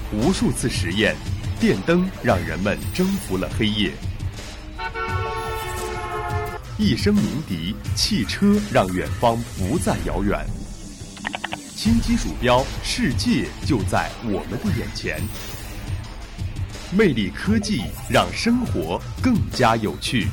无数次实验，电灯让人们征服了黑夜。一声鸣笛，汽车让远方不再遥远。轻击鼠标，世界就在我们的眼前。魅力科技让生活更加有趣。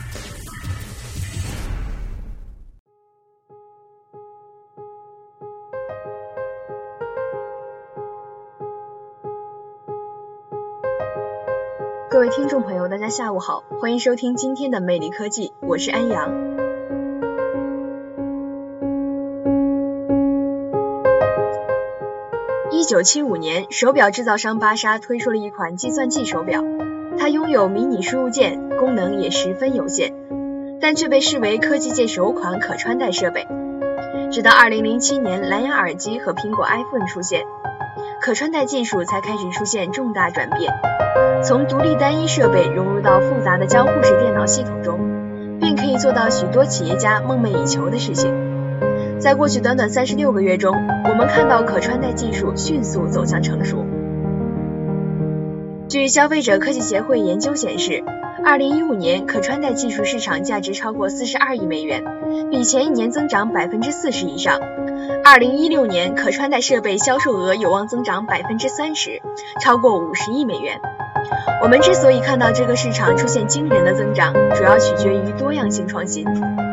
各位听众朋友，大家下午好，欢迎收听今天的魅力科技，我是安阳。1975年，手表制造商巴莎推出了一款计算器手表，它拥有迷你输入键，功能也十分有限，但却被视为科技界首款可穿戴设备。直到2007年，蓝牙耳机和苹果 iPhone 出现，可穿戴技术才开始出现重大转变，从独立单一设备融入到复杂的交互式电脑系统中，并可以做到许多企业家梦寐以求的事情。在过去短短36个月中，我们看到可穿戴技术迅速走向成熟。据消费者科技协会研究显示，2015年可穿戴技术市场价值超过42亿美元，比前一年增长40%以上。2016年可穿戴设备销售额有望增长30%，超过50亿美元。我们之所以看到这个市场出现惊人的增长，主要取决于多样性创新。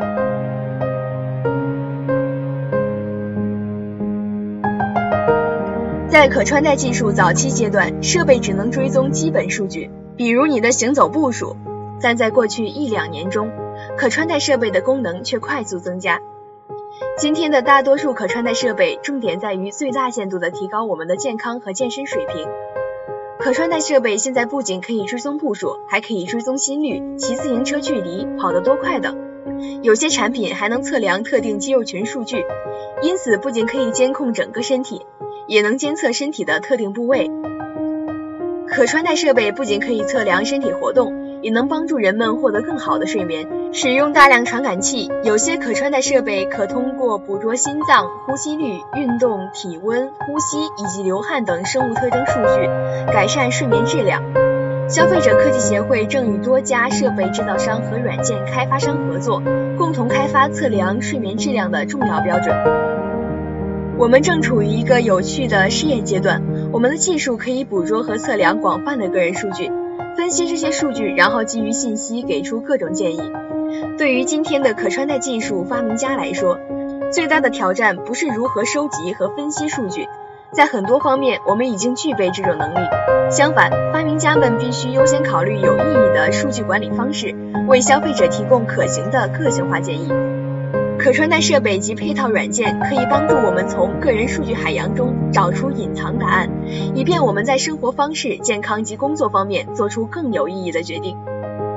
在可穿戴技术早期阶段，设备只能追踪基本数据，比如你的行走步数，但在过去1-2年中，可穿戴设备的功能却快速增加。今天的大多数可穿戴设备重点在于最大限度地提高我们的健康和健身水平。可穿戴设备现在不仅可以追踪步数，还可以追踪心率、骑自行车距离、跑得多快等。有些产品还能测量特定肌肉群数据，因此不仅可以监控整个身体，也能监测身体的特定部位。可穿戴设备不仅可以测量身体活动，也能帮助人们获得更好的睡眠。使用大量传感器，有些可穿戴设备可通过捕捉心脏、呼吸率、运动、体温、呼吸以及流汗等生物特征数据，改善睡眠质量。消费者科技协会正与多家设备制造商和软件开发商合作，共同开发测量睡眠质量的重要标准。我们正处于一个有趣的试验阶段，我们的技术可以捕捉和测量广泛的个人数据，分析这些数据，然后基于信息给出各种建议。对于今天的可穿戴技术发明家来说，最大的挑战不是如何收集和分析数据，在很多方面我们已经具备这种能力。相反，发明家们必须优先考虑有意义的数据管理方式，为消费者提供可行的个性化建议。可穿戴设备及配套软件可以帮助我们从个人数据海洋中找出隐藏答案，以便我们在生活方式、健康及工作方面做出更有意义的决定。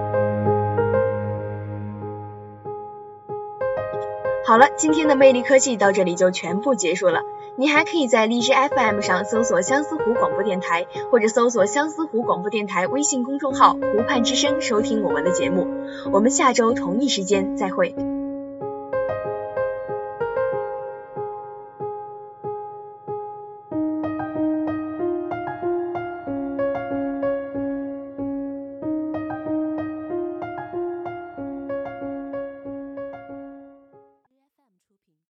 好了，今天的魅力科技到这里就全部结束了。你还可以在荔枝 FM 上搜索相思湖广播电台，或者搜索相思湖广播电台微信公众号湖畔之声收听我们的节目。我们下周同一时间再会。